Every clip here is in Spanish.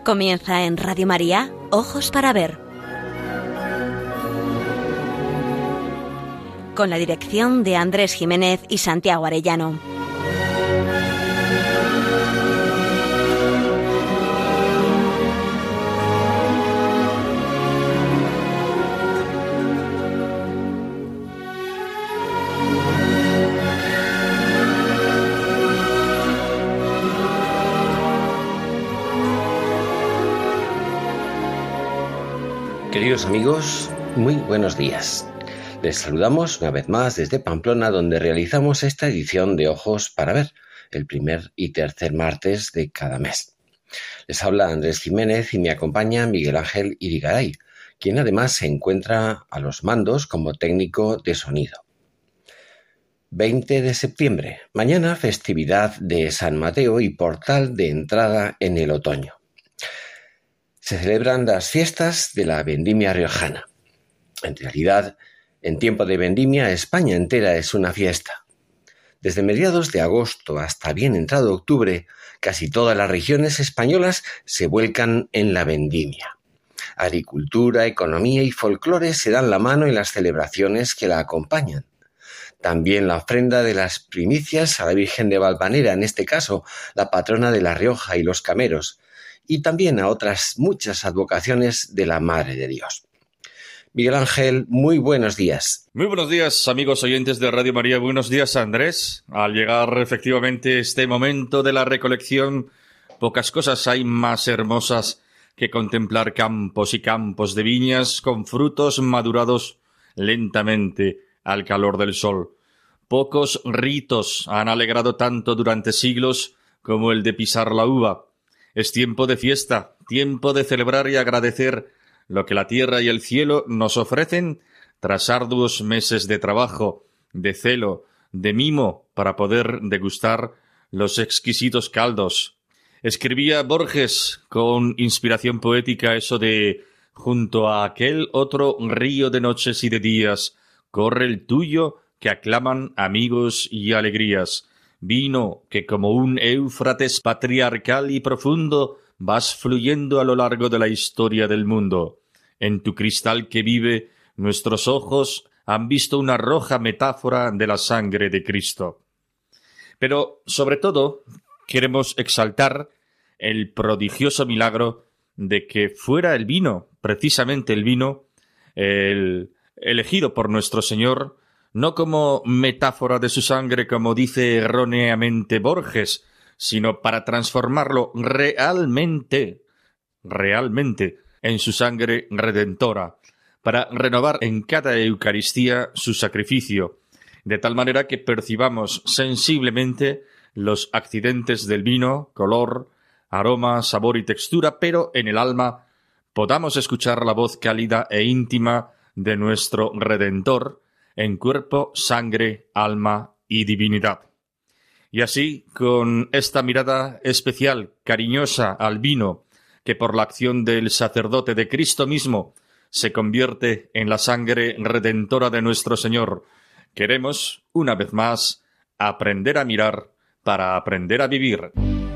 Comienza en Radio María, Ojos para Ver. Con la dirección de Andrés Jiménez y Santiago Arellano. Queridos amigos, muy buenos días. Les saludamos una vez más desde Pamplona, donde realizamos esta edición de Ojos para Ver, el primer y tercer martes de cada mes. Les habla Andrés Jiménez y me acompaña Miguel Ángel Irigaray, quien además se encuentra a los mandos como técnico de sonido. 20 de septiembre, mañana festividad de San Mateo y portal de entrada en el otoño. Se celebran las fiestas de la vendimia riojana. En realidad, en tiempo de vendimia, España entera es una fiesta. Desde mediados de agosto hasta bien entrado octubre, casi todas las regiones españolas se vuelcan en la vendimia. Agricultura, economía y folclore se dan la mano en las celebraciones que la acompañan. También la ofrenda de las primicias a la Virgen de Valvanera, en este caso, la patrona de La Rioja y los Cameros, y también a otras muchas advocaciones de la Madre de Dios. Miguel Ángel, muy buenos días. Muy buenos días, amigos oyentes de Radio María. Buenos días, Andrés. Al llegar efectivamente este momento de la recolección, pocas cosas hay más hermosas que contemplar campos y campos de viñas con frutos madurados lentamente al calor del sol. Pocos ritos han alegrado tanto durante siglos como el de pisar la uva. Es tiempo de fiesta, tiempo de celebrar y agradecer lo que la tierra y el cielo nos ofrecen tras arduos meses de trabajo, de celo, de mimo para poder degustar los exquisitos caldos. Escribía Borges con inspiración poética eso de «Junto a aquel otro río de noches y de días, corre el tuyo que aclaman amigos y alegrías». Vino que como un Éufrates patriarcal y profundo vas fluyendo a lo largo de la historia del mundo. En tu cristal que vive, nuestros ojos han visto una roja metáfora de la sangre de Cristo. Pero, sobre todo, queremos exaltar el prodigioso milagro de que fuera el vino, precisamente el vino, el elegido por nuestro Señor, no como metáfora de su sangre, como dice erróneamente Borges, sino para transformarlo realmente en su sangre redentora, para renovar en cada Eucaristía su sacrificio, de tal manera que percibamos sensiblemente los accidentes del vino, color, aroma, sabor y textura, pero en el alma podamos escuchar la voz cálida e íntima de nuestro Redentor, en cuerpo, sangre, alma y divinidad. Y así, con esta mirada especial, cariñosa al vino, que por la acción del sacerdote de Cristo mismo se convierte en la sangre redentora de nuestro Señor, queremos, una vez más, aprender a mirar para aprender a vivir.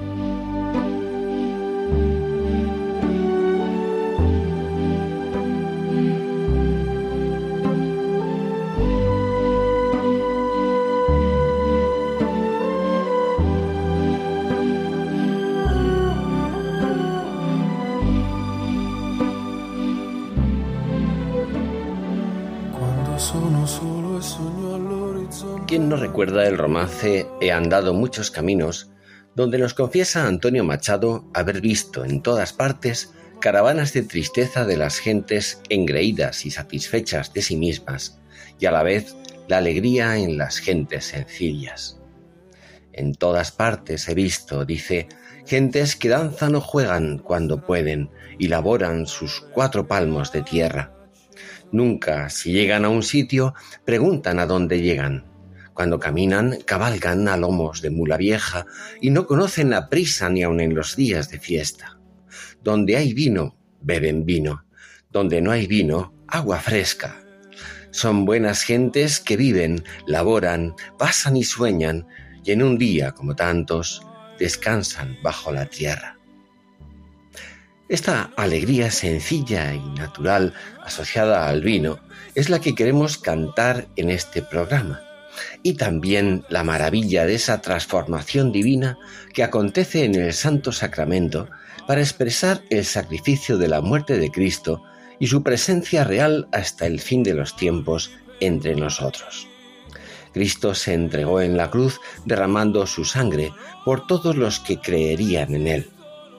¿Quién no recuerda el romance He andado muchos caminos, donde nos confiesa Antonio Machado haber visto en todas partes caravanas de tristeza de las gentes engreídas y satisfechas de sí mismas, y a la vez la alegría en las gentes sencillas? En todas partes he visto, dice, gentes que danzan o juegan cuando pueden y laboran sus 4 palmos de tierra. Nunca, si llegan a un sitio, preguntan a dónde llegan. Cuando caminan, cabalgan a lomos de mula vieja y no conocen la prisa ni aun en los días de fiesta. Donde hay vino, beben vino. Donde no hay vino, agua fresca. Son buenas gentes que viven, laboran, pasan y sueñan, y en un día, como tantos, descansan bajo la tierra. Esta alegría sencilla y natural asociada al vino es la que queremos cantar en este programa, y también la maravilla de esa transformación divina que acontece en el Santo Sacramento para expresar el sacrificio de la muerte de Cristo y su presencia real hasta el fin de los tiempos entre nosotros. Cristo se entregó en la cruz derramando su sangre por todos los que creerían en él.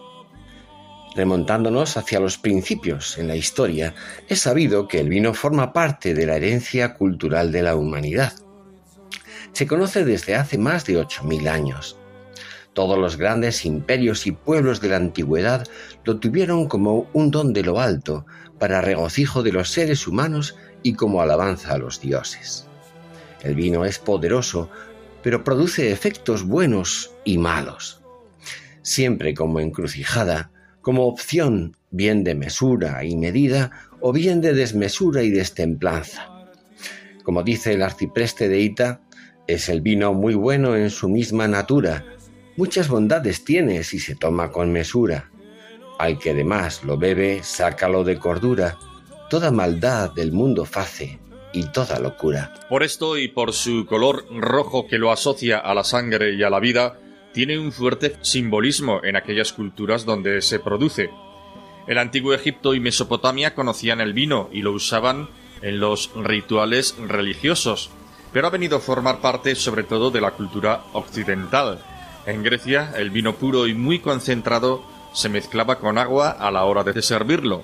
Remontándonos hacia los principios en la historia, es sabido que el vino forma parte de la herencia cultural de la humanidad. Se conoce desde hace más de 8.000 años. Todos los grandes imperios y pueblos de la antigüedad lo tuvieron como un don de lo alto, para regocijo de los seres humanos y como alabanza a los dioses. El vino es poderoso, pero produce efectos buenos y malos. Siempre como encrucijada, como opción bien de mesura y medida o bien de desmesura y destemplanza. Como dice el arcipreste de Hita, es el vino muy bueno en su misma natura. Muchas bondades tiene si se toma con mesura. Al que de más lo bebe, sácalo de cordura. Toda maldad del mundo face y toda locura. Por esto y por su color rojo que lo asocia a la sangre y a la vida, tiene un fuerte simbolismo en aquellas culturas donde se produce. El antiguo Egipto y Mesopotamia conocían el vino y lo usaban en los rituales religiosos, pero ha venido a formar parte sobre todo de la cultura occidental. En Grecia, el vino puro y muy concentrado se mezclaba con agua a la hora de servirlo.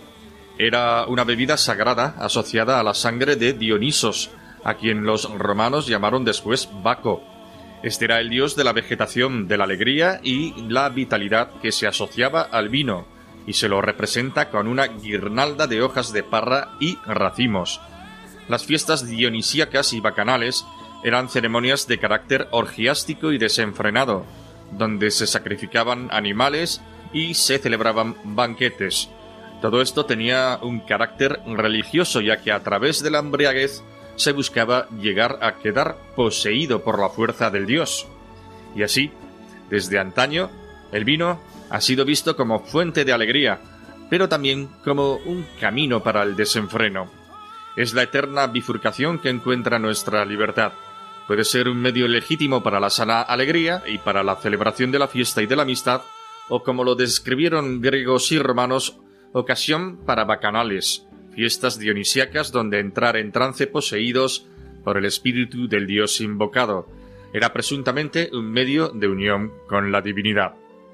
Era una bebida sagrada asociada a la sangre de Dionisos, a quien los romanos llamaron después Baco. Este era el dios de la vegetación, de la alegría y la vitalidad que se asociaba al vino, y se lo representa con una guirnalda de hojas de parra y racimos. Las fiestas dionisíacas y bacanales eran ceremonias de carácter orgiástico y desenfrenado, donde se sacrificaban animales y se celebraban banquetes. Todo esto tenía un carácter religioso, ya que a través de la embriaguez se buscaba llegar a quedar poseído por la fuerza del dios. Y así, desde antaño, el vino ha sido visto como fuente de alegría, pero también como un camino para el desenfreno. Es la eterna bifurcación que encuentra nuestra libertad. Puede ser un medio legítimo para la sana alegría y para la celebración de la fiesta y de la amistad, o como lo describieron griegos y romanos, ocasión para bacanales, fiestas dionisíacas donde entrar en trance poseídos por el espíritu del dios invocado. Era presuntamente un medio de unión con la divinidad.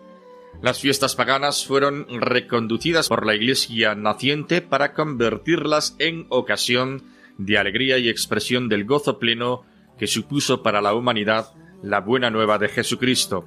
Las fiestas paganas fueron reconducidas por la Iglesia naciente para convertirlas en ocasión de alegría y expresión del gozo pleno que supuso para la humanidad la buena nueva de Jesucristo.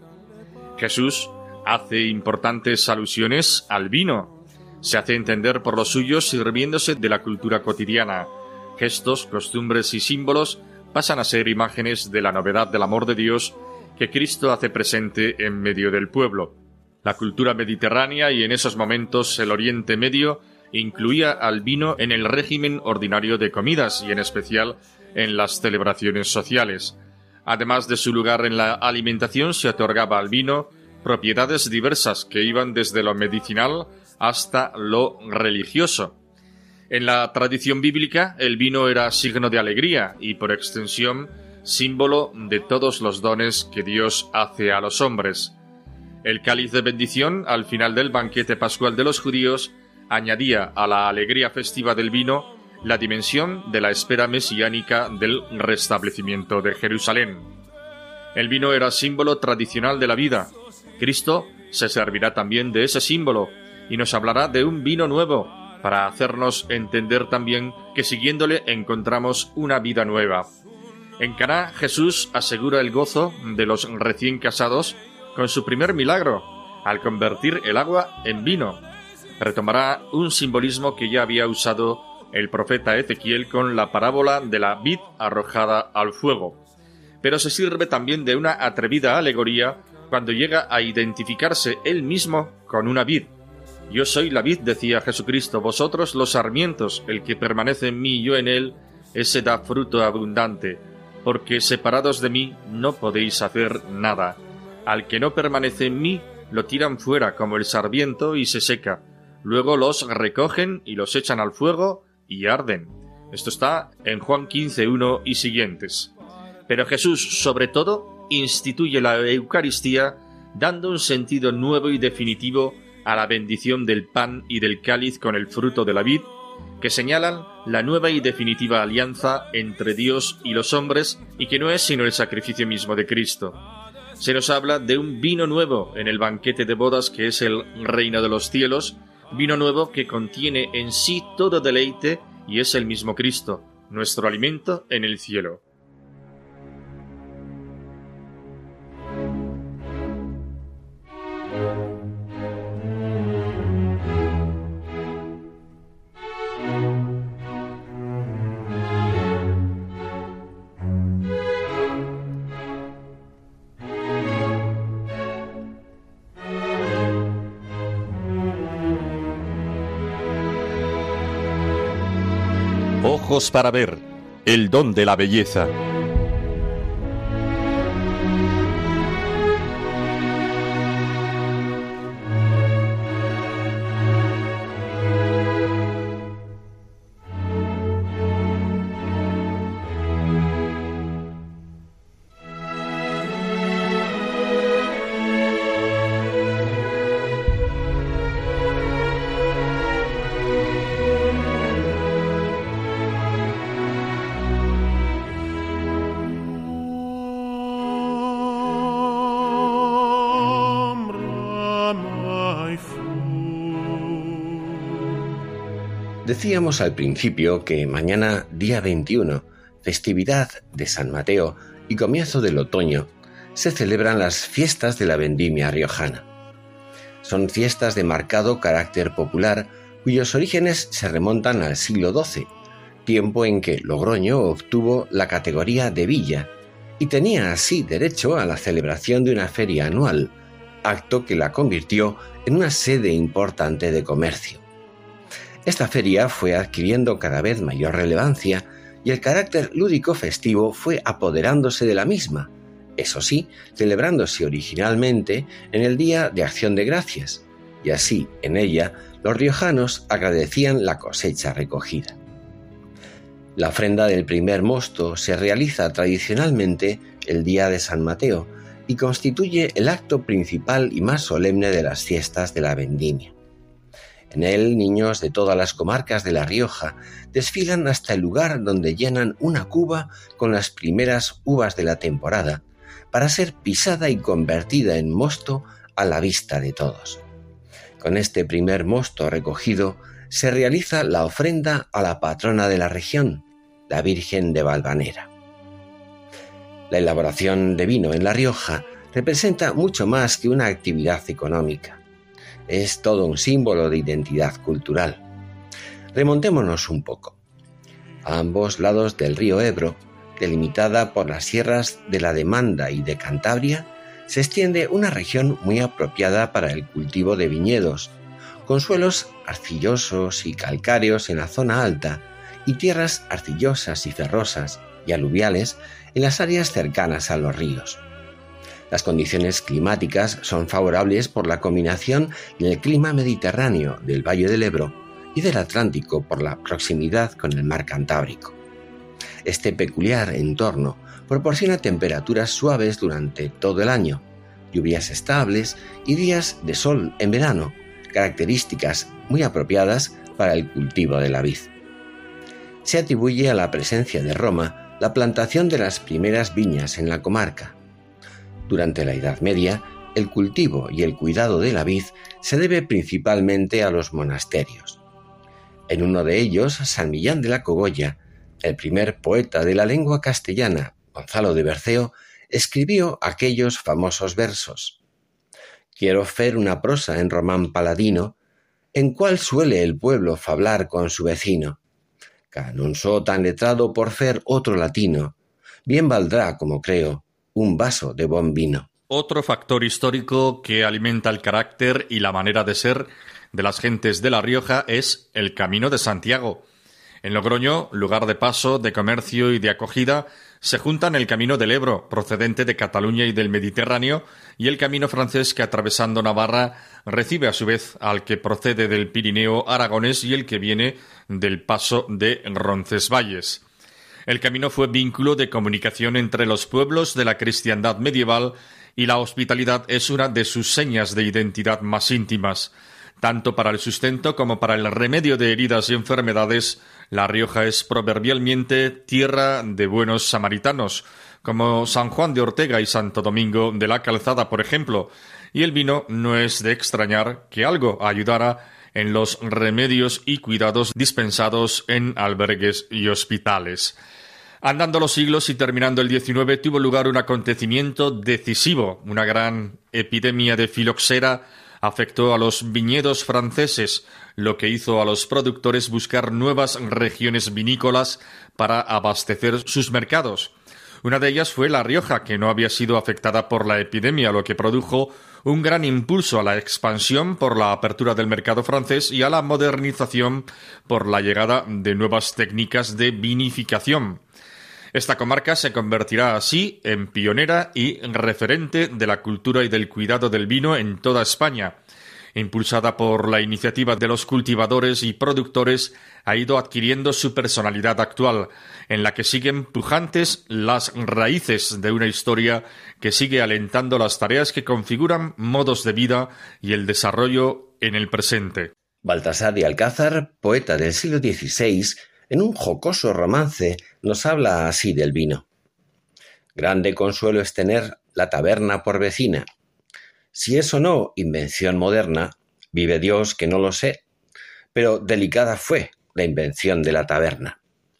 Jesús hace importantes alusiones al vino. Se hace entender por los suyos sirviéndose de la cultura cotidiana. Gestos, costumbres y símbolos pasan a ser imágenes de la novedad del amor de Dios que Cristo hace presente en medio del pueblo. La cultura mediterránea y en esos momentos el Oriente Medio incluía al vino en el régimen ordinario de comidas y en especial en las celebraciones sociales. Además de su lugar en la alimentación, se otorgaba al vino propiedades diversas que iban desde lo medicinal hasta lo religioso. En la tradición bíblica, el vino era signo de alegría y, por extensión, símbolo de todos los dones que Dios hace a los hombres. El cáliz de bendición, al final del banquete pascual de los judíos, añadía a la alegría festiva del vino la dimensión de la espera mesiánica del restablecimiento de Jerusalén. El vino era símbolo tradicional de la vida. Cristo se servirá también de ese símbolo y nos hablará de un vino nuevo, para hacernos entender también que siguiéndole encontramos una vida nueva. En Caná, Jesús asegura el gozo de los recién casados con su primer milagro, al convertir el agua en vino. Retomará un simbolismo que ya había usado el profeta Ezequiel con la parábola de la vid arrojada al fuego. Pero se sirve también de una atrevida alegoría cuando llega a identificarse él mismo con una vid. Yo soy la vid, decía Jesucristo, vosotros los sarmientos, el que permanece en mí y yo en él, ese da fruto abundante, porque separados de mí no podéis hacer nada. Al que no permanece en mí, lo tiran fuera como el sarmiento y se seca. luego los recogen y los echan al fuego y arden. Esto está en Juan 15:1 y siguientes. Pero Jesús, sobre todo, instituye la Eucaristía dando un sentido nuevo y definitivo a la bendición del pan y del cáliz con el fruto de la vid, que señalan la nueva y definitiva alianza entre Dios y los hombres y que no es sino el sacrificio mismo de Cristo. Se nos habla de un vino nuevo en el banquete de bodas que es el reino de los cielos, vino nuevo que contiene en sí todo deleite y es el mismo Cristo, nuestro alimento en el cielo. Ojos para ver, el don de la belleza. Decíamos al principio que mañana, día 21, festividad de San Mateo y comienzo del otoño, se celebran las fiestas de la vendimia riojana. Son fiestas de marcado carácter popular cuyos orígenes se remontan al siglo XII, tiempo en que Logroño obtuvo la categoría de villa y tenía así derecho a la celebración de una feria anual, acto que la convirtió en una sede importante de comercio. Esta feria fue adquiriendo cada vez mayor relevancia y el carácter lúdico festivo fue apoderándose de la misma, eso sí, celebrándose originalmente en el Día de Acción de Gracias, y así, en ella, los riojanos agradecían la cosecha recogida. La ofrenda del primer mosto se realiza tradicionalmente el día de San Mateo y constituye el acto principal y más solemne de las fiestas de la vendimia. En él, niños de todas las comarcas de La Rioja desfilan hasta el lugar donde llenan una cuba con las primeras uvas de la temporada, para ser pisada y convertida en mosto a la vista de todos. Con este primer mosto recogido se realiza la ofrenda a la patrona de la región, la Virgen de Valvanera. La elaboración de vino en La Rioja representa mucho más que una actividad económica. Es todo un símbolo de identidad cultural. Remontémonos un poco. A ambos lados del río Ebro, delimitada por las sierras de la Demanda y de Cantabria, se extiende una región muy apropiada para el cultivo de viñedos, con suelos arcillosos y calcáreos en la zona alta y tierras arcillosas y ferrosas y aluviales en las áreas cercanas a los ríos. Las condiciones climáticas son favorables por la combinación del clima mediterráneo del Valle del Ebro y del Atlántico por la proximidad con el mar Cantábrico. Este peculiar entorno proporciona temperaturas suaves durante todo el año, lluvias estables y días de sol en verano, características muy apropiadas para el cultivo de la vid. Se atribuye a la presencia de Roma la plantación de las primeras viñas en la comarca. Durante la Edad Media, el cultivo y el cuidado de la vid se debe principalmente a los monasterios. En uno de ellos, San Millán de la Cogolla, el primer poeta de la lengua castellana, Gonzalo de Berceo, escribió aquellos famosos versos: «Quiero fer una prosa en román paladino, en cual suele el pueblo fablar con su vecino. Ca non so tan letrado por fer otro latino, bien valdrá, como creo, un vaso de buen vino». Otro factor histórico que alimenta el carácter y la manera de ser de las gentes de La Rioja es el Camino de Santiago. En Logroño, lugar de paso, de comercio y de acogida, Se juntan el camino del Ebro, procedente de Cataluña y del Mediterráneo, y el camino francés que, atravesando Navarra, recibe a su vez al que procede del Pirineo aragonés y el que viene del paso de Roncesvalles. El camino fue vínculo de comunicación entre los pueblos de la cristiandad medieval y la hospitalidad es una de sus señas de identidad más íntimas. Tanto para el sustento como para el remedio de heridas y enfermedades, La Rioja es proverbialmente tierra de buenos samaritanos, como San Juan de Ortega y Santo Domingo de la Calzada, por ejemplo, y el vino no es de extrañar que algo ayudara en los remedios y cuidados dispensados en albergues y hospitales. Andando los siglos y terminando el XIX, tuvo lugar un acontecimiento decisivo. Una gran epidemia de filoxera afectó a los viñedos franceses, lo que hizo a los productores buscar nuevas regiones vinícolas para abastecer sus mercados. Una de ellas fue La Rioja, que no había sido afectada por la epidemia, lo que produjo un gran impulso a la expansión por la apertura del mercado francés y a la modernización por la llegada de nuevas técnicas de vinificación. Esta comarca se convertirá así en pionera y referente de la cultura y del cuidado del vino en toda España. Impulsada por la iniciativa de los cultivadores y productores, ha ido adquiriendo su personalidad actual, en la que siguen pujantes las raíces de una historia que sigue alentando las tareas que configuran modos de vida y el desarrollo en el presente. Baltasar de Alcázar, poeta del siglo XVI, en un jocoso romance nos habla así del vino. Grande consuelo es tener la taberna por vecina. Si es o no invención moderna, vive Dios que no lo sé, pero delicada fue la invención de la taberna.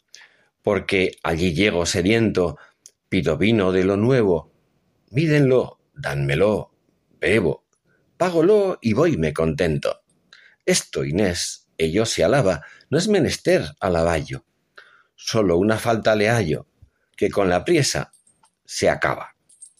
Porque allí llego sediento, pido vino de lo nuevo, mídenlo, dánmelo, bebo, págolo y voyme contento. Esto, Inés, ello se alaba, no es menester alaballo. Solo una falta le hallo, que con la priesa se acaba.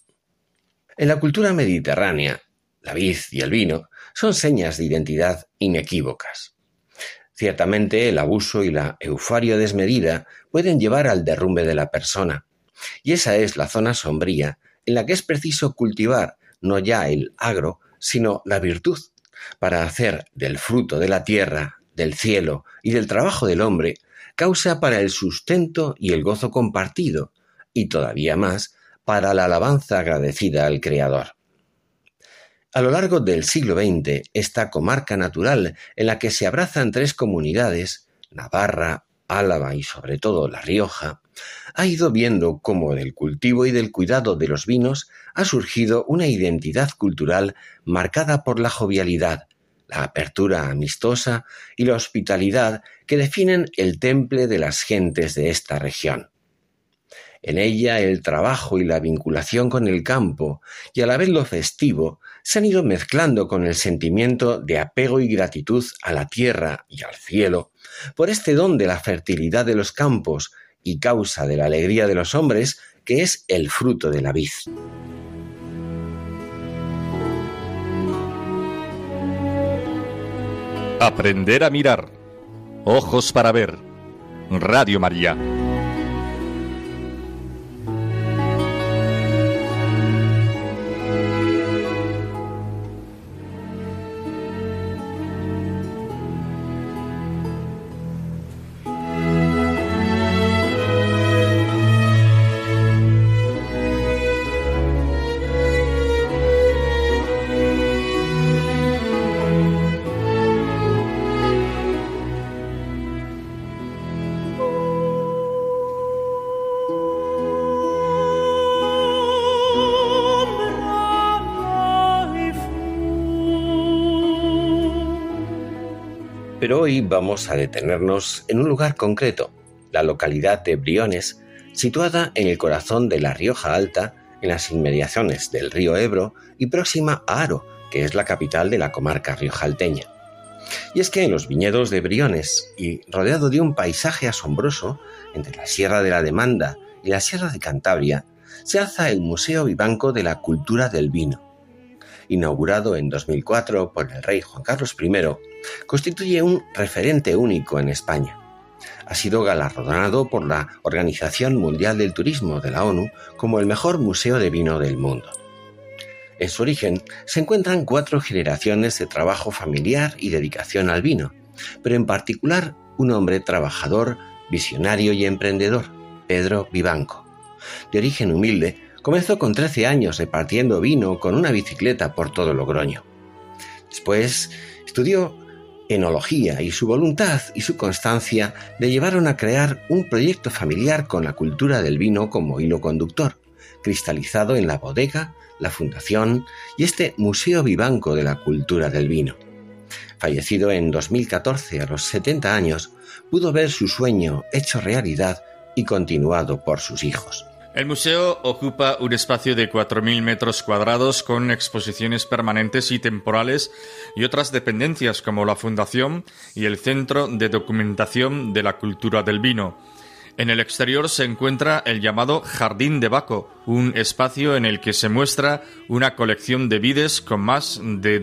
En la cultura mediterránea, la vid y el vino son señas de identidad inequívocas. Ciertamente el abuso y la euforia desmedida pueden llevar al derrumbe de la persona, y esa es la zona sombría en la que es preciso cultivar no ya el agro, sino la virtud, para hacer del fruto de la tierra, del cielo y del trabajo del hombre causa para el sustento y el gozo compartido, y todavía más para la alabanza agradecida al Creador. A lo largo del siglo XX, esta comarca natural en la que se abrazan tres comunidades, Navarra, Álava y sobre todo La Rioja, ha ido viendo cómo del cultivo y del cuidado de los vinos ha surgido una identidad cultural marcada por la jovialidad, la apertura amistosa y la hospitalidad que definen el temple de las gentes de esta región. En ella el trabajo y la vinculación con el campo y a la vez lo festivo se han ido mezclando con el sentimiento de apego y gratitud a la tierra y al cielo por este don de la fertilidad de los campos y causa de la alegría de los hombres que es el fruto de la vid. Aprender a mirar. Ojos para ver. Radio María. Pero hoy vamos a detenernos en un lugar concreto, la localidad de Briones, situada en el corazón de La Rioja Alta, en las inmediaciones del río Ebro y próxima a Haro, que es la capital de la comarca riojalteña. Y es que en los viñedos de Briones, y rodeado de un paisaje asombroso entre la Sierra de la Demanda y la Sierra de Cantabria, se alza el Museo Vivanco de la Cultura del Vino. Inaugurado en 2004 por el rey Juan Carlos I, constituye un referente único en España. Ha sido galardonado por la Organización Mundial del Turismo de la ONU como el mejor museo de vino del mundo. En su origen se encuentran 4 generaciones de trabajo familiar y dedicación al vino, pero en particular un hombre trabajador, visionario y emprendedor, Pedro Vivanco. De origen humilde, comenzó con 13 años repartiendo vino con una bicicleta por todo Logroño. Después estudió enología y su voluntad y su constancia le llevaron a crear un proyecto familiar con la cultura del vino como hilo conductor, cristalizado en la bodega, la fundación y este Museo Vivanco de la Cultura del Vino. Fallecido en 2014 a los 70 años, pudo ver su sueño hecho realidad y continuado por sus hijos. El museo ocupa un espacio de 4.000 metros cuadrados con exposiciones permanentes y temporales y otras dependencias como la Fundación y el Centro de Documentación de la Cultura del Vino. En el exterior se encuentra el llamado Jardín de Baco, un espacio en el que se muestra una colección de vides con más de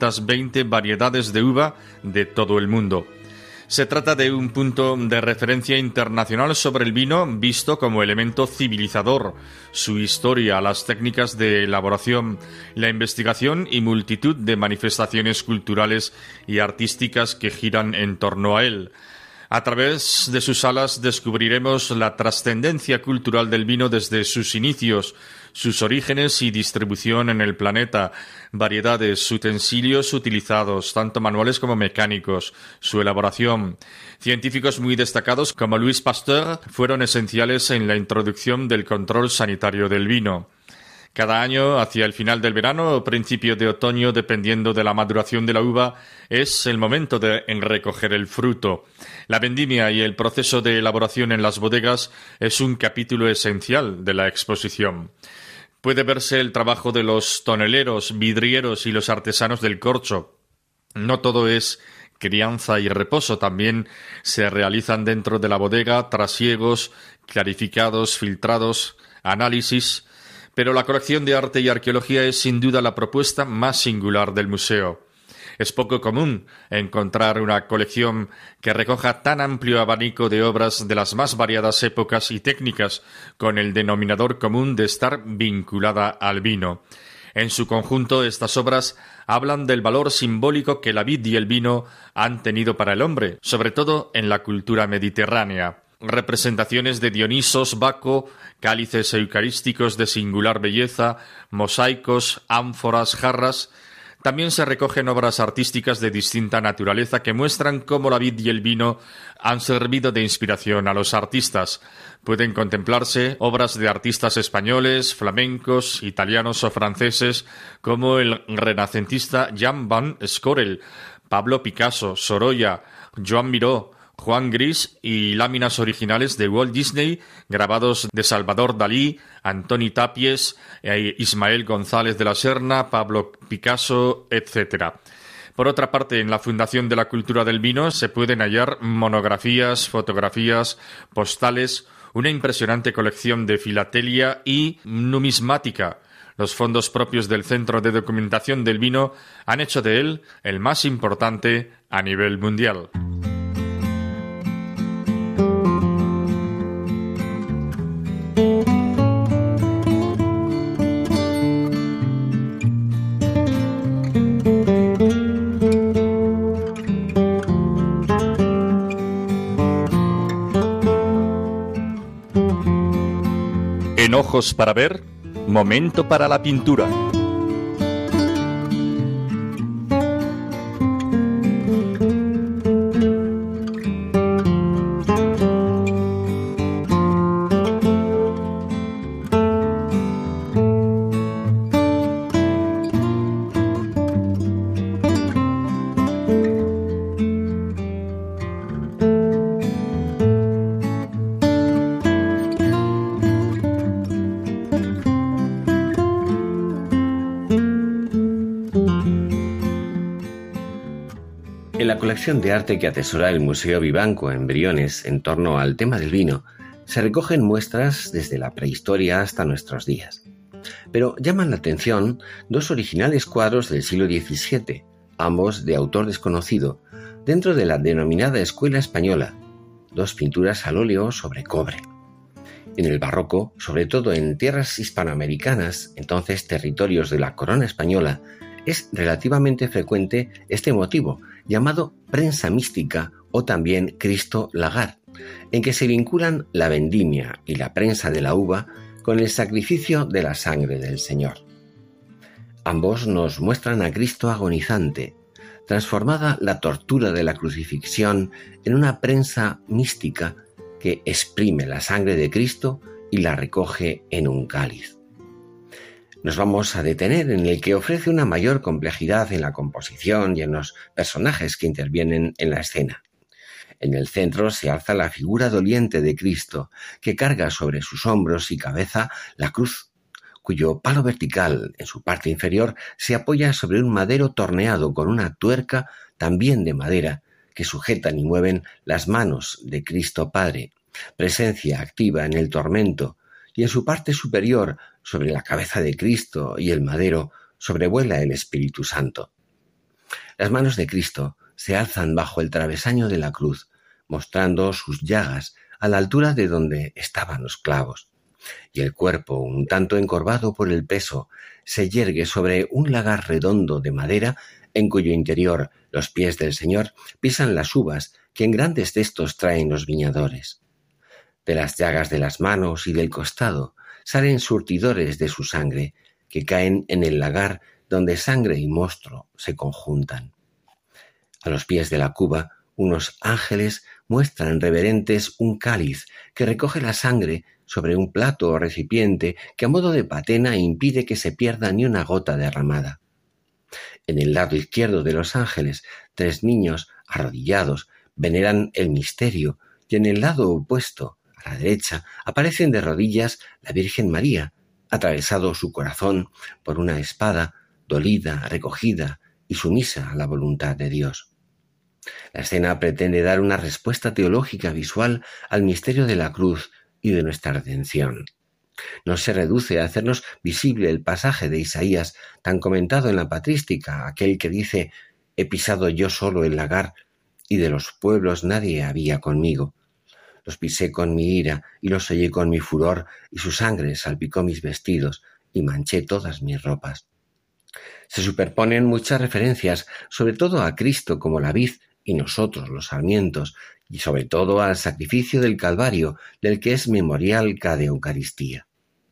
220 variedades de uva de todo el mundo. Se trata de un punto de referencia internacional sobre el vino visto como elemento civilizador, su historia, las técnicas de elaboración, la investigación y multitud de manifestaciones culturales y artísticas que giran en torno a él. A través de sus salas descubriremos la trascendencia cultural del vino desde sus inicios, sus orígenes y distribución en el planeta, variedades, utensilios utilizados, tanto manuales como mecánicos, su elaboración. Científicos muy destacados como Louis Pasteur fueron esenciales en la introducción del control sanitario del vino. Cada año, hacia el final del verano o principio de otoño, dependiendo de la maduración de la uva, es el momento de recoger el fruto. La vendimia y el proceso de elaboración en las bodegas es un capítulo esencial de la exposición. Puede verse el trabajo de los toneleros, vidrieros y los artesanos del corcho. No todo es crianza y reposo, también se realizan dentro de la bodega trasiegos, clarificados, filtrados, análisis. Pero la colección de arte y arqueología es sin duda la propuesta más singular del museo. Es poco común encontrar una colección que recoja tan amplio abanico de obras de las más variadas épocas y técnicas, con el denominador común de estar vinculada al vino. En su conjunto, estas obras hablan del valor simbólico que la vid y el vino han tenido para el hombre, sobre todo en la cultura mediterránea. Representaciones de Dionisos, Baco, cálices eucarísticos de singular belleza, mosaicos, ánforas, jarras. También se recogen obras artísticas de distinta naturaleza que muestran cómo la vid y el vino han servido de inspiración a los artistas. Pueden contemplarse obras de artistas españoles, flamencos, italianos o franceses, como el renacentista Jan van Scorel, Pablo Picasso, Sorolla, Joan Miró, Juan Gris y láminas originales de Walt Disney, grabados de Salvador Dalí, Antoni Tàpies, Ismael González de la Serna, Pablo Picasso, etc. Por otra parte, en la Fundación de la Cultura del Vino se pueden hallar monografías, fotografías, postales, una impresionante colección de filatelia y numismática. Los fondos propios del Centro de Documentación del Vino han hecho de él el más importante a nivel mundial. En Ojos para Ver, momento para la pintura. En la colección de arte que atesora el Museo Vivanco en Briones en torno al tema del vino, se recogen muestras desde la prehistoria hasta nuestros días. Pero llaman la atención 2 originales cuadros del siglo XVII, ambos de autor desconocido, dentro de la denominada Escuela Española, 2 pinturas al óleo sobre cobre. En el barroco, sobre todo en tierras hispanoamericanas, entonces territorios de la corona española, es relativamente frecuente este motivo, llamado prensa mística o también Cristo lagar, en que se vinculan la vendimia y la prensa de la uva con el sacrificio de la sangre del Señor. Ambos nos muestran a Cristo agonizante, transformada la tortura de la crucifixión en una prensa mística que exprime la sangre de Cristo y la recoge en un cáliz. Nos vamos a detener en el que ofrece una mayor complejidad en la composición y en los personajes que intervienen en la escena. En el centro se alza la figura doliente de Cristo, que carga sobre sus hombros y cabeza la cruz, cuyo palo vertical, en su parte inferior, se apoya sobre un madero torneado con una tuerca también de madera, que sujetan y mueven las manos de Cristo Padre, presencia activa en el tormento, y en su parte superior, sobre la cabeza de Cristo y el madero, sobrevuela el Espíritu Santo. Las manos de Cristo se alzan bajo el travesaño de la cruz, mostrando sus llagas a la altura de donde estaban los clavos, y el cuerpo, un tanto encorvado por el peso, se yergue sobre un lagar redondo de madera en cuyo interior los pies del Señor pisan las uvas que en grandes cestos traen los viñadores. De las llagas de las manos y del costado salen surtidores de su sangre, que caen en el lagar donde sangre y mosto se conjuntan. A los pies de la cuba, unos ángeles muestran reverentes un cáliz que recoge la sangre sobre un plato o recipiente que a modo de patena impide que se pierda ni una gota derramada. En el lado izquierdo de los ángeles, 3 niños arrodillados veneran el misterio, y en el lado opuesto, a la derecha, aparecen de rodillas la Virgen María, atravesado su corazón por una espada, dolida, recogida y sumisa a la voluntad de Dios. La escena pretende dar una respuesta teológica visual al misterio de la cruz y de nuestra redención. No se reduce a hacernos visible el pasaje de Isaías tan comentado en la patrística, aquel que dice: «He pisado yo solo el lagar, y de los pueblos nadie había conmigo. Los pisé con mi ira y los hollé con mi furor, y su sangre salpicó mis vestidos y manché todas mis ropas». Se superponen muchas referencias, sobre todo a Cristo como la vid y nosotros los sarmientos, y sobre todo al sacrificio del Calvario, del que es memorial cada Eucaristía.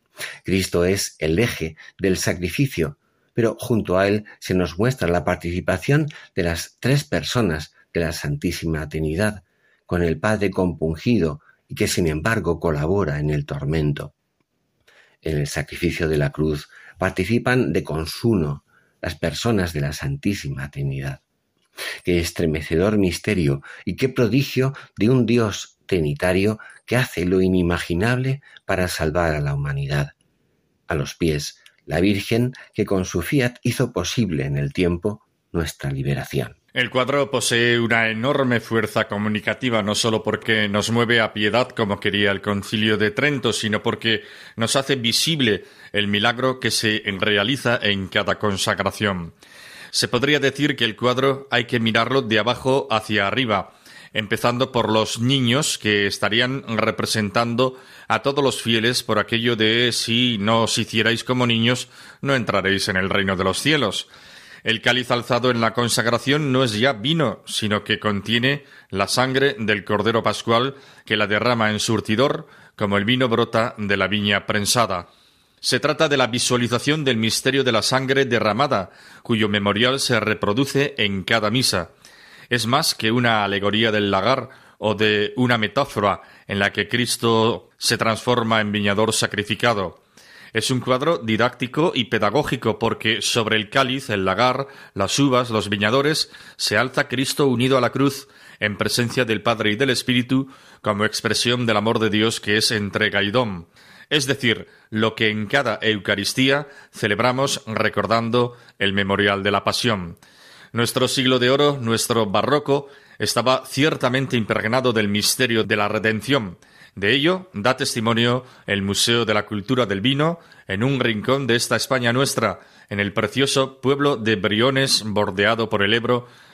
Cristo es el eje del sacrificio, pero junto a él se nos muestra la participación de las 3 personas de la Santísima Trinidad, con el Padre compungido y que sin embargo colabora en el tormento. En el sacrificio de la cruz participan de consuno las personas de la Santísima Trinidad. Qué estremecedor misterio y qué prodigio de un Dios trinitario que hace lo inimaginable para salvar a la humanidad. A los pies, la Virgen que con su fiat hizo posible en el tiempo nuestra liberación. El cuadro posee una enorme fuerza comunicativa, no solo porque nos mueve a piedad como quería el Concilio de Trento, sino porque nos hace visible el milagro que se realiza en cada consagración. Se podría decir que el cuadro hay que mirarlo de abajo hacia arriba, empezando por los niños que estarían representando a todos los fieles por aquello de si no os hicierais como niños, no entraréis en el reino de los cielos. El cáliz alzado en la consagración no es ya vino, sino que contiene la sangre del Cordero Pascual que la derrama en surtidor, como el vino brota de la viña prensada. Se trata de la visualización del misterio de la sangre derramada, cuyo memorial se reproduce en cada misa. Es más que una alegoría del lagar o de una metáfora en la que Cristo se transforma en viñador sacrificado. Es un cuadro didáctico y pedagógico porque sobre el cáliz, el lagar, las uvas, los viñadores, se alza Cristo unido a la cruz, en presencia del Padre y del Espíritu, como expresión del amor de Dios que es entrega y don. Es decir, lo que en cada Eucaristía celebramos recordando el memorial de la Pasión. Nuestro siglo de oro, nuestro barroco, estaba ciertamente impregnado del misterio de la redención. De ello da testimonio el Museo de la Cultura del Vino, en un rincón de esta España nuestra, en el precioso pueblo de Briones, bordeado por el Ebro,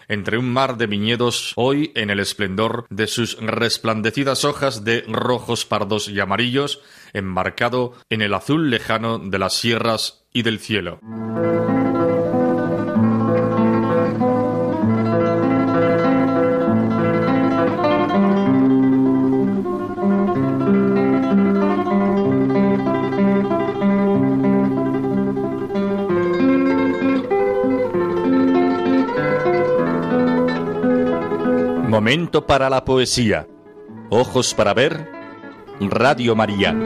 entre un mar de viñedos, hoy en el esplendor de sus resplandecidas hojas de rojos, pardos y amarillos, embarcado en el azul lejano de las sierras y del cielo. Momento para la poesía. Ojos para ver. Radio María.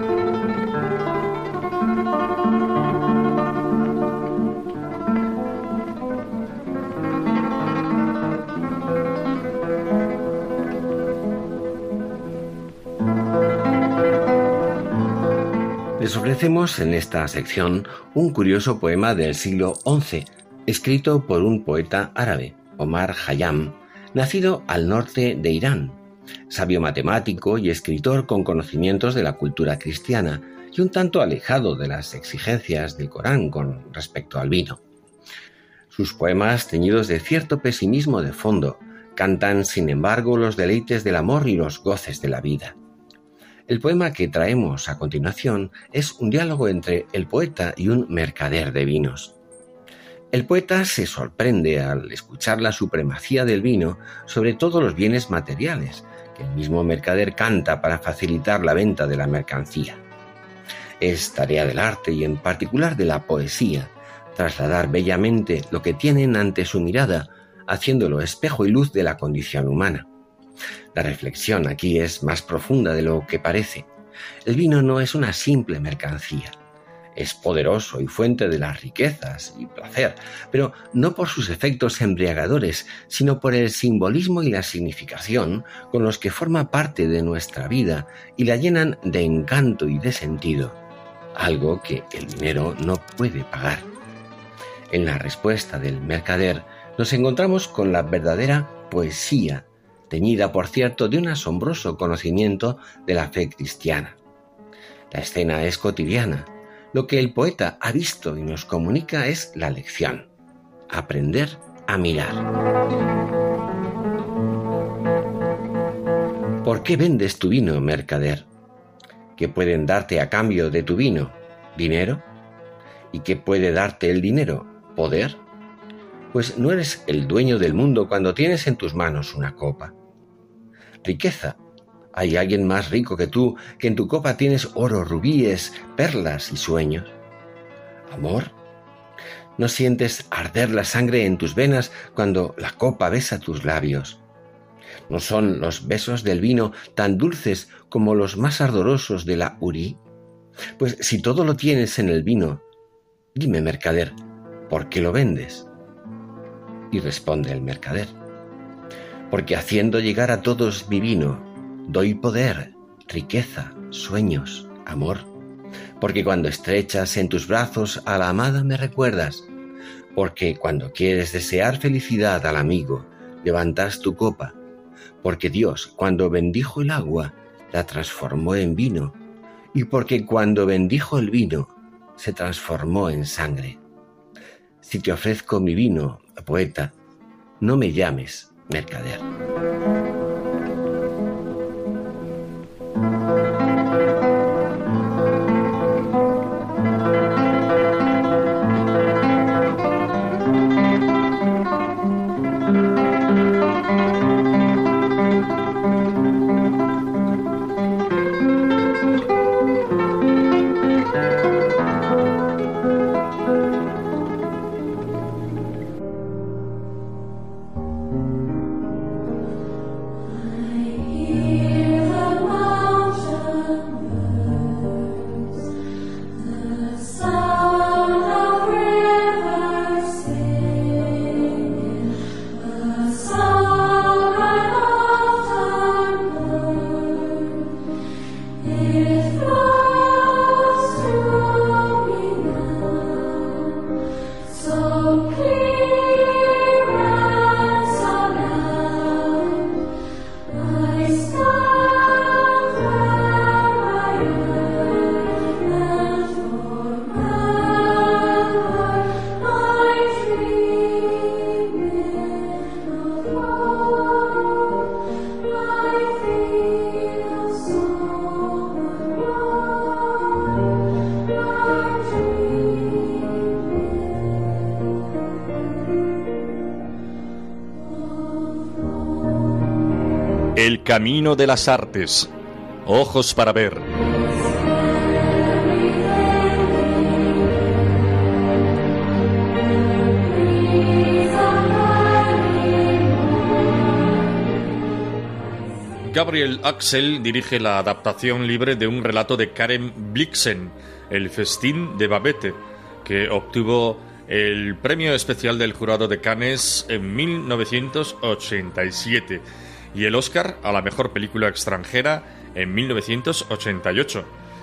Les ofrecemos en esta sección un curioso poema del siglo XI, escrito por un poeta árabe, Omar Khayyam, nacido al norte de Irán, sabio matemático y escritor con conocimientos de la cultura cristiana y un tanto alejado de las exigencias del Corán con respecto al vino. Sus poemas, teñidos de cierto pesimismo de fondo, cantan sin embargo los deleites del amor y los goces de la vida. El poema que traemos a continuación es un diálogo entre el poeta y un mercader de vinos. El poeta se sorprende al escuchar la supremacía del vino sobre todos los bienes materiales que el mismo mercader canta para facilitar la venta de la mercancía. Es tarea del arte y en particular de la poesía trasladar bellamente lo que tienen ante su mirada, haciéndolo espejo y luz de la condición humana. La reflexión aquí es más profunda de lo que parece. El vino no es una simple mercancía. Es poderoso y fuente de las riquezas y placer, pero no por sus efectos embriagadores, sino por el simbolismo y la significación con los que forma parte de nuestra vida y la llenan de encanto y de sentido, algo que el dinero no puede pagar. En la respuesta del mercader nos encontramos con la verdadera poesía, teñida, por cierto, de un asombroso conocimiento de la fe cristiana. La escena es cotidiana. Lo que el poeta ha visto y nos comunica es la lección: aprender a mirar. ¿Por qué vendes tu vino, mercader? ¿Qué pueden darte a cambio de tu vino? ¿Dinero? ¿Y qué puede darte el dinero? ¿Poder? Pues no eres el dueño del mundo cuando tienes en tus manos una copa. Riqueza. ¿Hay alguien más rico que tú, que en tu copa tienes oro, rubíes, perlas y sueños? ¿Amor? ¿No sientes arder la sangre en tus venas cuando la copa besa tus labios? ¿No son los besos del vino tan dulces como los más ardorosos de la Urí? Pues si todo lo tienes en el vino, dime, mercader, ¿por qué lo vendes? Y responde el mercader: porque haciendo llegar a todos mi vino, doy poder, riqueza, sueños, amor. Porque cuando estrechas en tus brazos a la amada me recuerdas. Porque cuando quieres desear felicidad al amigo, levantas tu copa. Porque Dios, cuando bendijo el agua, la transformó en vino. Y porque cuando bendijo el vino, se transformó en sangre. Si te ofrezco mi vino, poeta, no me llames mercader. El camino de las artes. Ojos para ver. Gabriel Axel dirige la adaptación libre de un relato de Karen Blixen, El festín de Babette, que obtuvo el premio especial del jurado de Cannes en 1987 y el Oscar a la mejor película extranjera en 1988.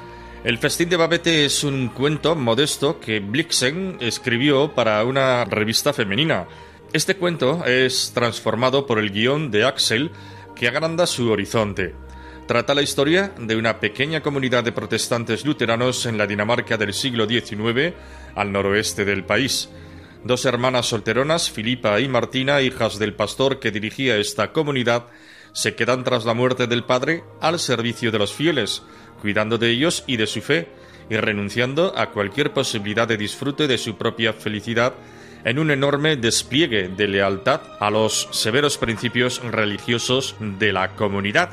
El festín de Babette es un cuento modesto que Blixen escribió para una revista femenina. Este cuento es transformado por el guión de Axel, que agranda su horizonte. Trata la historia de una pequeña comunidad de protestantes luteranos en la Dinamarca del siglo XIX, al noroeste del país. Dos hermanas solteronas, Filipa y Martina, hijas del pastor que dirigía esta comunidad, se quedan tras la muerte del padre al servicio de los fieles, cuidando de ellos y de su fe, y renunciando a cualquier posibilidad de disfrute de su propia felicidad en un enorme despliegue de lealtad a los severos principios religiosos de la comunidad.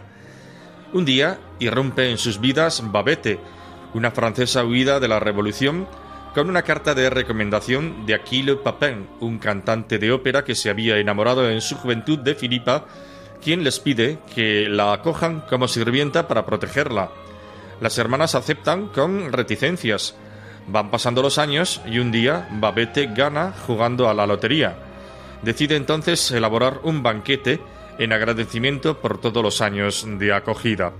Un día irrumpe en sus vidas Babette, una francesa huida de la Revolución, con una carta de recomendación de Achille Papin, un cantante de ópera que se había enamorado en su juventud de Filipa, quien les pide que la acojan como sirvienta para protegerla. Las hermanas aceptan con reticencias. Van pasando los años y un día Babette gana jugando a la lotería. Decide entonces elaborar un banquete en agradecimiento por todos los años de acogida.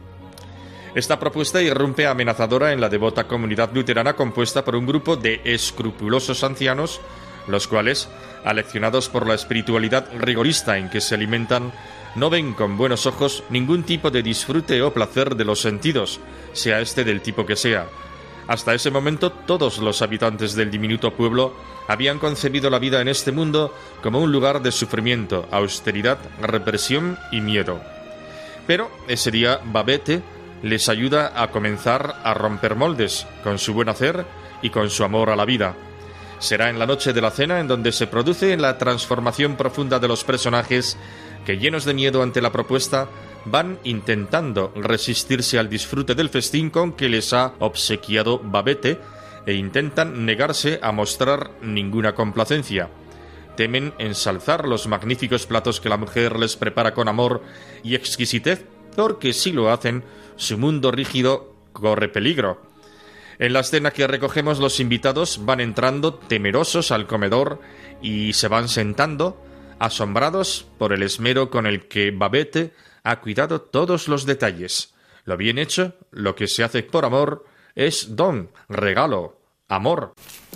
Esta propuesta irrumpe amenazadora en la devota comunidad luterana compuesta por un grupo de escrupulosos ancianos, los cuales, aleccionados por la espiritualidad rigorista en que se alimentan, no ven con buenos ojos ningún tipo de disfrute o placer de los sentidos, sea este del tipo que sea. Hasta ese momento, todos los habitantes del diminuto pueblo habían concebido la vida en este mundo como un lugar de sufrimiento, austeridad, represión y miedo. Pero ese día Babette les ayuda a comenzar a romper moldes, con su buen hacer y con su amor a la vida. Será en la noche de la cena en donde se produce la transformación profunda de los personajes que, llenos de miedo ante la propuesta, van intentando resistirse al disfrute del festín con que les ha obsequiado Babette e intentan negarse a mostrar ninguna complacencia. Temen ensalzar los magníficos platos que la mujer les prepara con amor y exquisitez, porque si lo hacen, su mundo rígido corre peligro. En la escena que recogemos, los invitados van entrando temerosos al comedor y se van sentando, asombrados por el esmero con el que Babette ha cuidado todos los detalles. Lo bien hecho, lo que se hace por amor, es don, regalo, amor.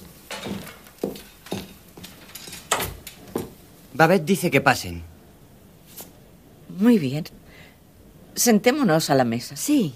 Babette dice que pasen. Muy bien. Sentémonos a la mesa. Sí.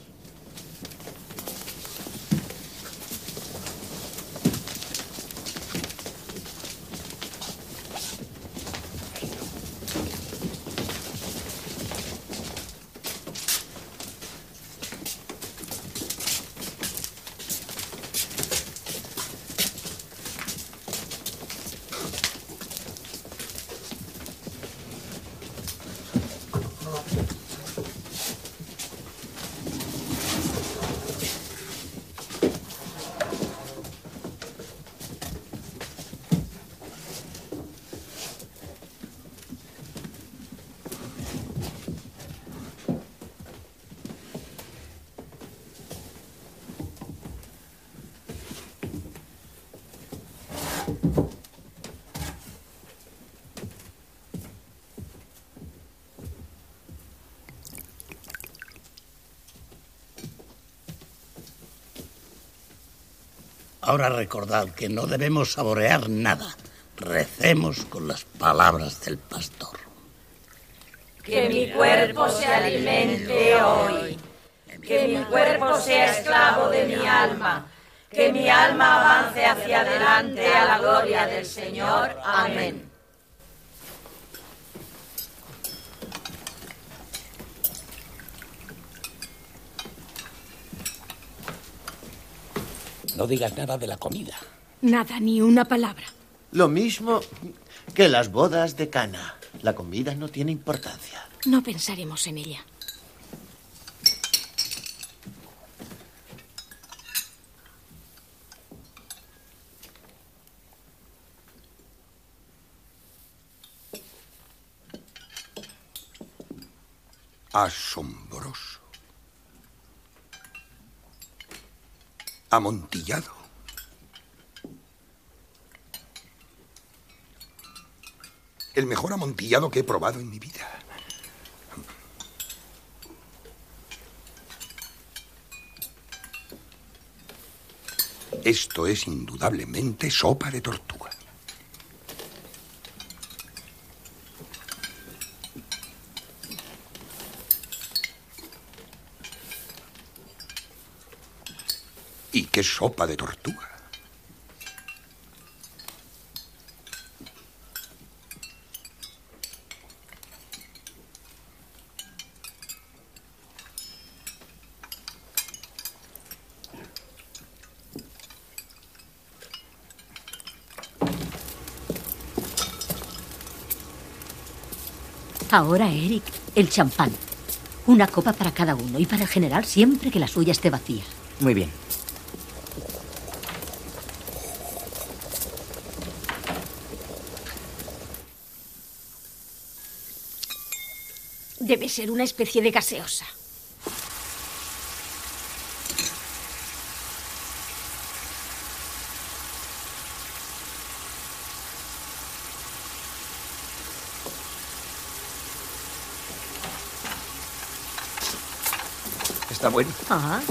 Ahora recordad que no debemos saborear nada. Recemos con las palabras del pastor. Que mi cuerpo se alimente hoy. Que mi cuerpo sea esclavo de mi alma. Que mi alma avance hacia adelante a la gloria del Señor. Amén. No digas nada de la comida. Nada, ni una palabra. Lo mismo que las bodas de Cana. La comida no tiene importancia. No pensaremos en ella. Asombroso. Amontillado. El mejor amontillado que he probado en mi vida. Esto es indudablemente sopa de tortuga. ¿Y qué sopa de tortuga? Ahora, Eric, el champán. Una copa para cada uno y para el general siempre que la suya esté vacía. Muy bien. Debe ser una especie de gaseosa. Está bueno. Ah.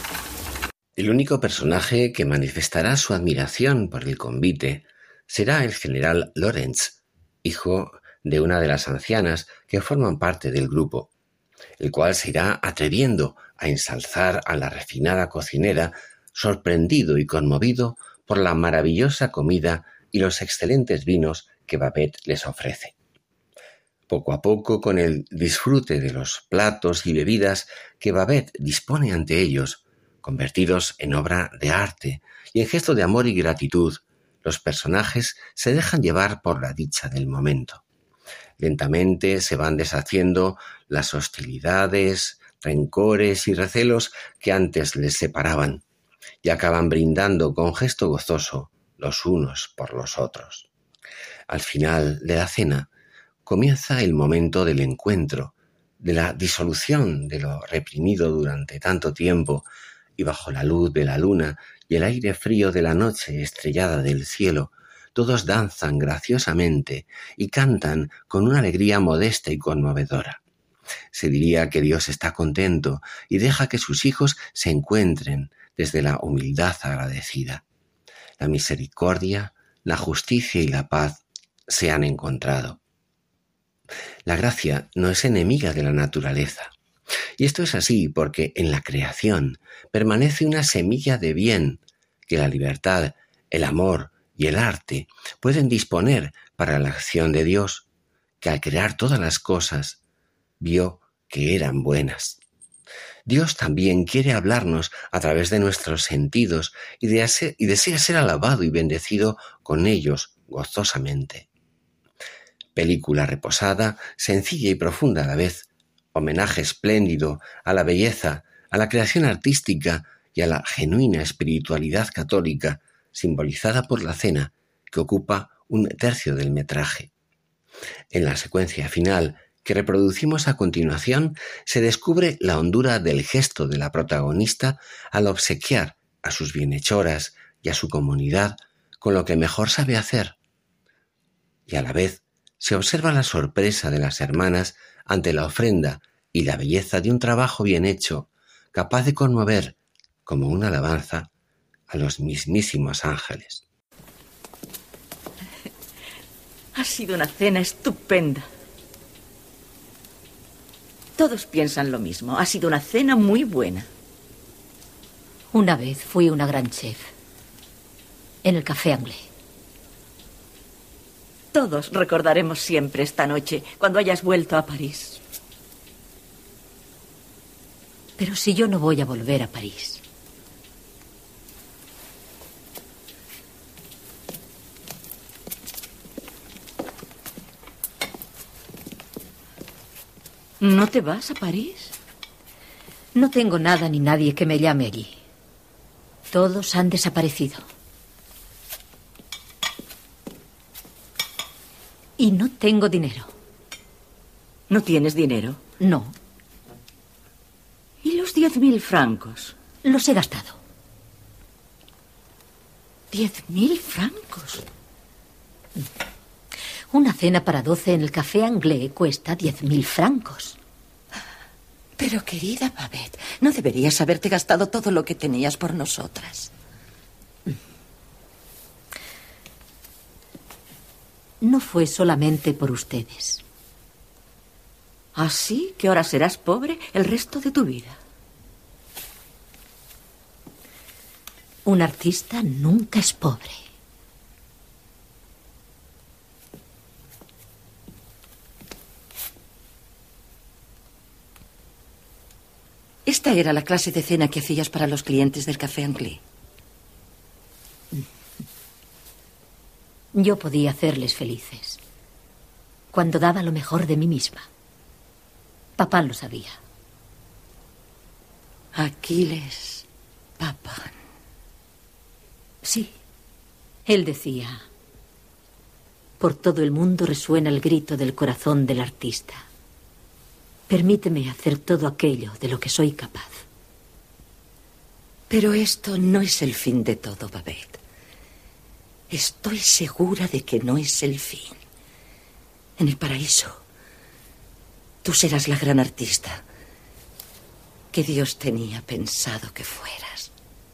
El único personaje que manifestará su admiración por el convite será el general Lawrence, hijo de una de las ancianas que forman parte del grupo, el cual se irá atreviendo a ensalzar a la refinada cocinera, sorprendido y conmovido por la maravillosa comida y los excelentes vinos que Babette les ofrece. Poco a poco, con el disfrute de los platos y bebidas que Babette dispone ante ellos, convertidos en obra de arte y en gesto de amor y gratitud, los personajes se dejan llevar por la dicha del momento. Lentamente se van deshaciendo las hostilidades, rencores y recelos que antes les separaban, y acaban brindando con gesto gozoso los unos por los otros. Al final de la cena comienza el momento del encuentro, de la disolución de lo reprimido durante tanto tiempo, y bajo la luz de la luna y el aire frío de la noche estrellada del cielo, todos danzan graciosamente y cantan con una alegría modesta y conmovedora. Se diría que Dios está contento y deja que sus hijos se encuentren desde la humildad agradecida. La misericordia, la justicia y la paz se han encontrado. La gracia no es enemiga de la naturaleza. Y esto es así porque en la creación permanece una semilla de bien que la libertad, el amor y el arte pueden disponer para la acción de Dios, que al crear todas las cosas vio que eran buenas. Dios también quiere hablarnos a través de nuestros sentidos y desea ser alabado y bendecido con ellos gozosamente. Película reposada, sencilla y profunda a la vez, homenaje espléndido a la belleza, a la creación artística y a la genuina espiritualidad católica, simbolizada por la cena, que ocupa un tercio del metraje. En la secuencia final, que reproducimos a continuación, se descubre la hondura del gesto de la protagonista al obsequiar a sus bienhechoras y a su comunidad con lo que mejor sabe hacer. Y a la vez se observa la sorpresa de las hermanas ante la ofrenda y la belleza de un trabajo bien hecho, capaz de conmover, como una alabanza, a los mismísimos ángeles. Ha sido una cena estupenda. Todos piensan lo mismo. Ha sido una cena muy buena. Una vez fui una gran chef en el Café Anglais. Todos recordaremos siempre esta noche, cuando hayas vuelto a París. Pero si yo no voy a volver a París. ¿No te vas a París? No tengo nada ni nadie que me llame allí. Todos han desaparecido. Y no tengo dinero. ¿No tienes dinero? No. 10.000 francos. Los he gastado. 10.000 francos. Una cena para 12 en el Café Anglais cuesta 10.000 francos. Pero, querida Babette, no deberías haberte gastado todo lo que tenías por nosotras. No fue solamente por ustedes. ¿Así que ahora serás pobre el resto de tu vida? Un artista nunca es pobre. Esta era la clase de cena que hacías para los clientes del Café Anglais. Yo podía hacerles felices cuando daba lo mejor de mí misma. Papá lo sabía. Aquiles Papin. Sí, él decía: por todo el mundo resuena el grito del corazón del artista. Permíteme hacer todo aquello de lo que soy capaz. Pero esto no es el fin de todo, Babette. Estoy segura de que no es el fin. En el paraíso, tú serás la gran artista que Dios tenía pensado que fueras.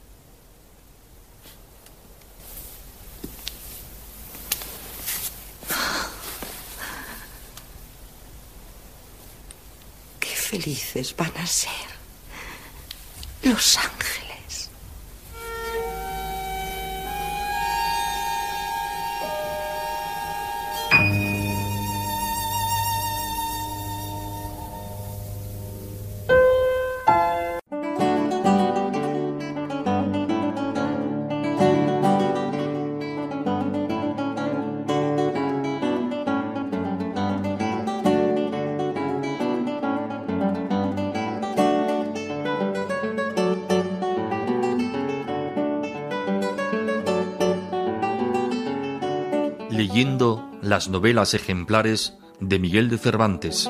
Qué felices van a ser los ángeles. Leyendo las novelas ejemplares de Miguel de Cervantes.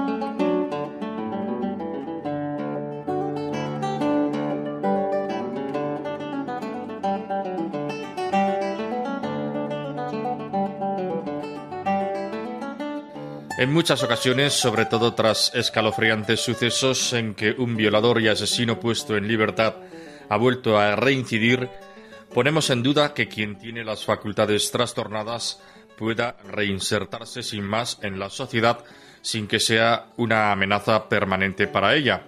En muchas ocasiones, sobre todo tras escalofriantes sucesos en que un violador y asesino puesto en libertad ha vuelto a reincidir, ponemos en duda que quien tiene las facultades trastornadas pueda reinsertarse sin más en la sociedad sin que sea una amenaza permanente para ella.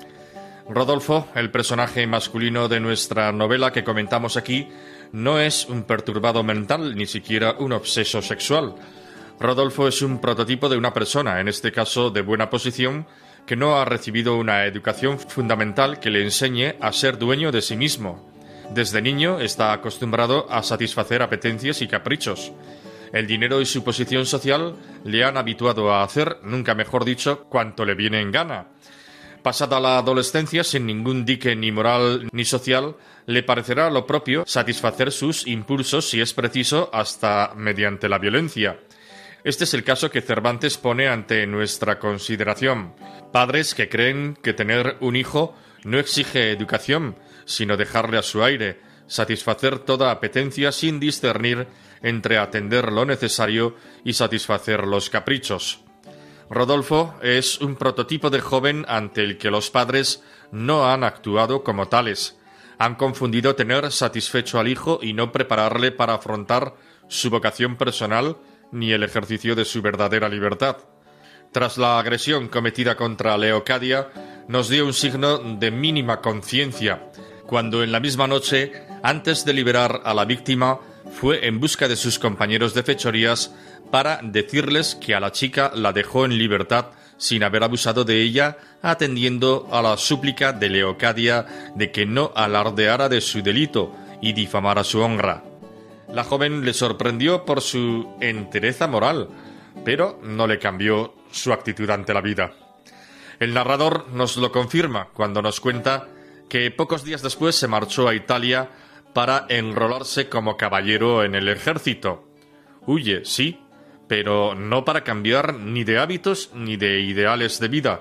Rodolfo, el personaje masculino de nuestra novela que comentamos aquí, no es un perturbado mental ni siquiera un obseso sexual. Rodolfo es un prototipo de una persona, en este caso de buena posición, que no ha recibido una educación fundamental que le enseñe a ser dueño de sí mismo. Desde niño está acostumbrado a satisfacer apetencias y caprichos. El dinero y su posición social le han habituado a hacer, nunca mejor dicho, cuanto le viene en gana. Pasada la adolescencia, sin ningún dique ni moral ni social, le parecerá lo propio satisfacer sus impulsos, si es preciso, hasta mediante la violencia. Este es el caso que Cervantes pone ante nuestra consideración. Padres que creen que tener un hijo no exige educación, sino dejarle a su aire, satisfacer toda apetencia sin discernir entre atender lo necesario y satisfacer los caprichos. Rodolfo es un prototipo de joven ante el que los padres no han actuado como tales. Han confundido tener satisfecho al hijo y no prepararle para afrontar su vocación personal ni el ejercicio de su verdadera libertad. Tras la agresión cometida contra Leocadia, nos dio un signo de mínima conciencia, cuando en la misma noche, antes de liberar a la víctima, fue en busca de sus compañeros de fechorías para decirles que a la chica la dejó en libertad sin haber abusado de ella, atendiendo a la súplica de Leocadia de que no alardeara de su delito y difamara su honra. La joven le sorprendió por su entereza moral, pero no le cambió su actitud ante la vida. El narrador nos lo confirma cuando nos cuenta que pocos días después se marchó a Italia para enrolarse como caballero en el ejército. Huye, sí, pero no para cambiar ni de hábitos ni de ideales de vida,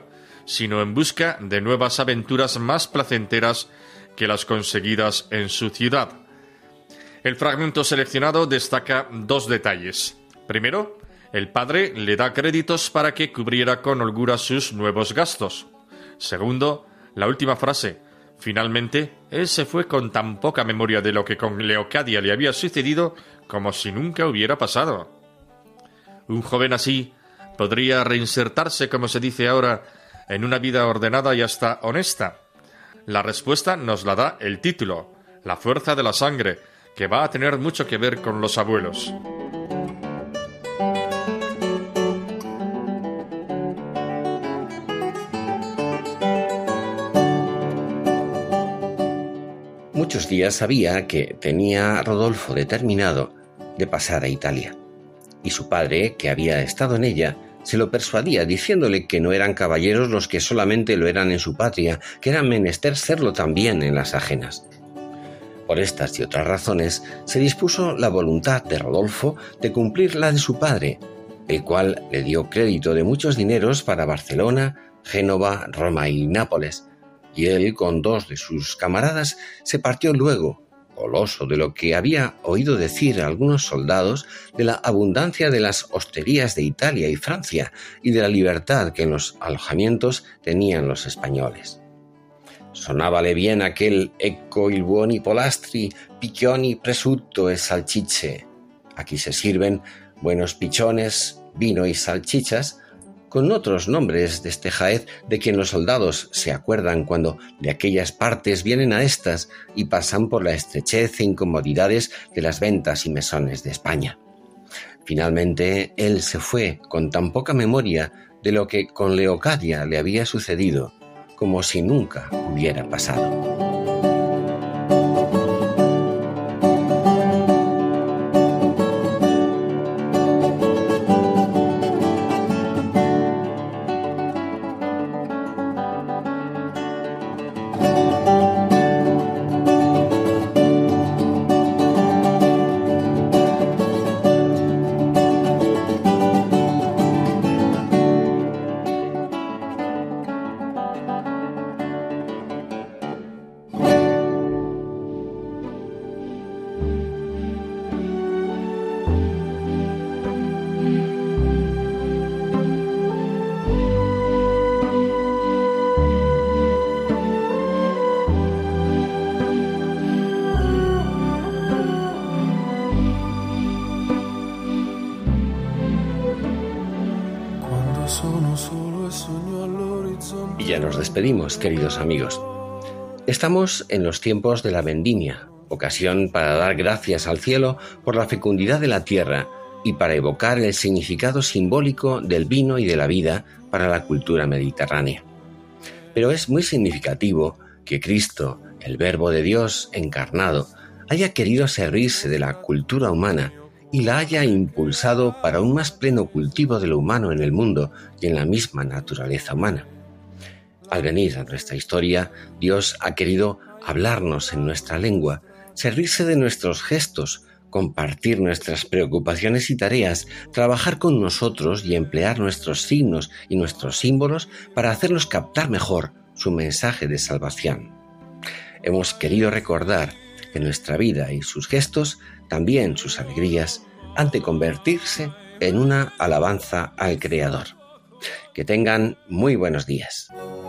sino en busca de nuevas aventuras más placenteras que las conseguidas en su ciudad. El fragmento seleccionado destaca 2 detalles. Primero, el padre le da créditos para que cubriera con holgura sus nuevos gastos. Segundo, la última frase. Finalmente, él se fue con tan poca memoria de lo que con Leocadia le había sucedido como si nunca hubiera pasado. Un joven así podría reinsertarse, como se dice ahora, en una vida ordenada y hasta honesta. La respuesta nos la da el título, La fuerza de la sangre, que va a tener mucho que ver con los abuelos. Muchos días sabía que tenía Rodolfo determinado de pasar a Italia, y su padre, que había estado en ella, se lo persuadía diciéndole que no eran caballeros los que solamente lo eran en su patria, que era menester serlo también en las ajenas. Por estas y otras razones se dispuso la voluntad de Rodolfo de cumplir la de su padre, el cual le dio crédito de muchos dineros para Barcelona, Génova, Roma y Nápoles, y él con 2 de sus camaradas se partió luego, goloso de lo que había oído decir a algunos soldados de la abundancia de las hosterías de Italia y Francia y de la libertad que en los alojamientos tenían los españoles. Sonábale bien aquel ecco il buoni polastri, piccioni presutto e salchiche. Aquí se sirven buenos pichones, vino y salchichas, con otros nombres de este jaez de quien los soldados se acuerdan cuando de aquellas partes vienen a estas y pasan por la estrechez e incomodidades de las ventas y mesones de España. Finalmente, él se fue con tan poca memoria de lo que con Leocadia le había sucedido, como si nunca hubiera pasado. Y ya nos despedimos, queridos amigos. Estamos en los tiempos de la vendimia, ocasión para dar gracias al cielo por la fecundidad de la tierra y para evocar el significado simbólico del vino y de la vida para la cultura mediterránea. Pero es muy significativo que Cristo, el Verbo de Dios encarnado, haya querido servirse de la cultura humana y la haya impulsado para un más pleno cultivo de lo humano en el mundo y en la misma naturaleza humana. Al venir a nuestra historia, Dios ha querido hablarnos en nuestra lengua, servirse de nuestros gestos, compartir nuestras preocupaciones y tareas, trabajar con nosotros y emplear nuestros signos y nuestros símbolos para hacernos captar mejor su mensaje de salvación. Hemos querido recordar que nuestra vida y sus gestos, también sus alegrías, han de convertirse en una alabanza al Creador. Que tengan muy buenos días.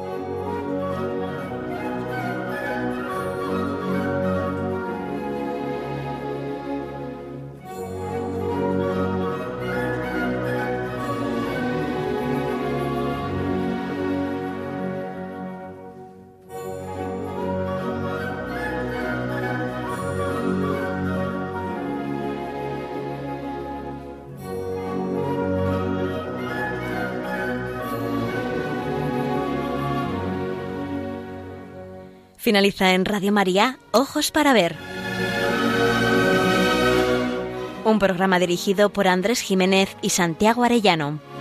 Finaliza en Radio María, Ojos para Ver. Un programa dirigido por Andrés Jiménez y Santiago Arellano.